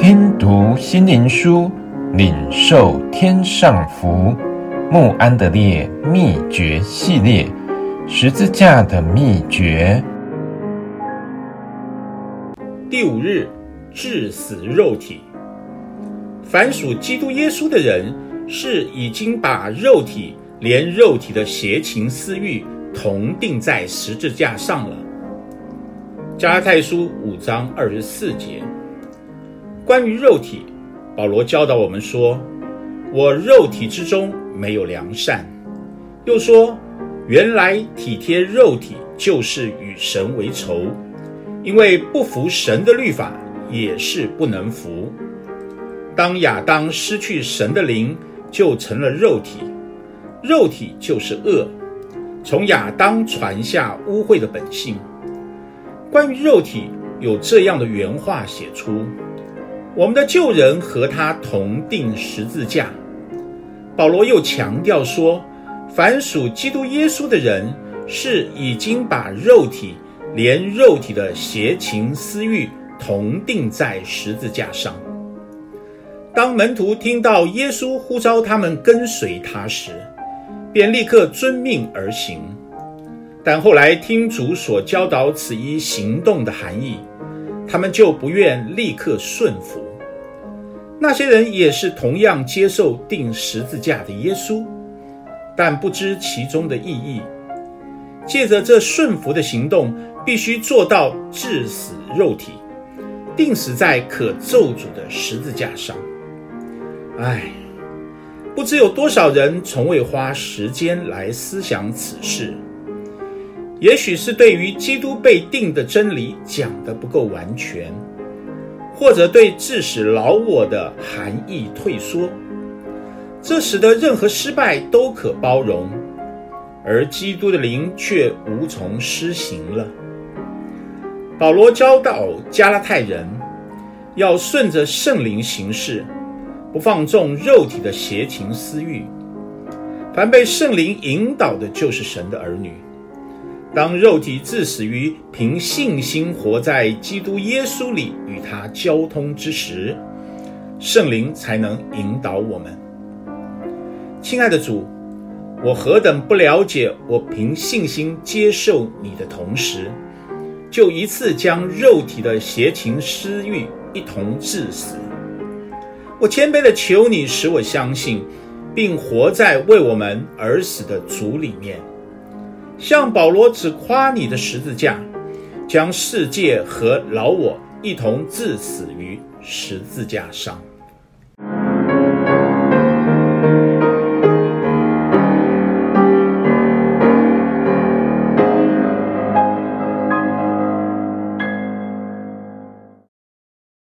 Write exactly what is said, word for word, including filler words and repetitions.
听读心灵书，领受天上福。慕安德烈秘诀系列，十字架的秘诀。 第五日，治死肉体。凡属基督耶稣的人，是已经把肉体连肉体的邪情私欲同钉在十字架上了。加拉太书五章二十四节。关于肉体，保罗教导我们说，我肉体之中没有良善。又说，原来体贴肉体就是与神为仇，因为不服神的律法，也是不能服。当亚当失去神的灵，就成了肉体，肉体就是恶，从亚当传下污秽的本性。关于肉体，有这样的原话写出，我们的旧人和他同钉十字架。保罗又强调说，凡属基督耶稣的人，是已经把肉体连肉体的邪情私欲同钉在十字架上。当门徒听到耶稣呼召他们跟随他时，便立刻遵命而行。但后来听主所教导此一行动的含义，他们就不愿立刻顺服。那些人也是同样接受钉十字架的耶稣，但不知其中的意义。借着这顺服的行动，必须做到治死肉体，钉死在可咒诅的十字架上。唉，不知有多少人从未花时间来思想此事。也许是对于基督被钉的真理讲得不够完全，或者对致死老我的含义退缩，这使得任何失败都可包容，而基督的灵却无从施行了。保罗教导加拉太人，要顺着圣灵行事，不放纵肉体的邪情私欲。凡被圣灵引导的，就是神的儿女。当肉体致死于凭信心活在基督耶稣里与他交通之时，圣灵才能引导我们。亲爱的主，我何等不了解我凭信心接受你的同时，就一次将肉体的邪情私欲一同致死。我谦卑地求你使我相信，并活在为我们而死的主里面。像保罗只夸你的十字架，将世界和老我一同致死于十字架上。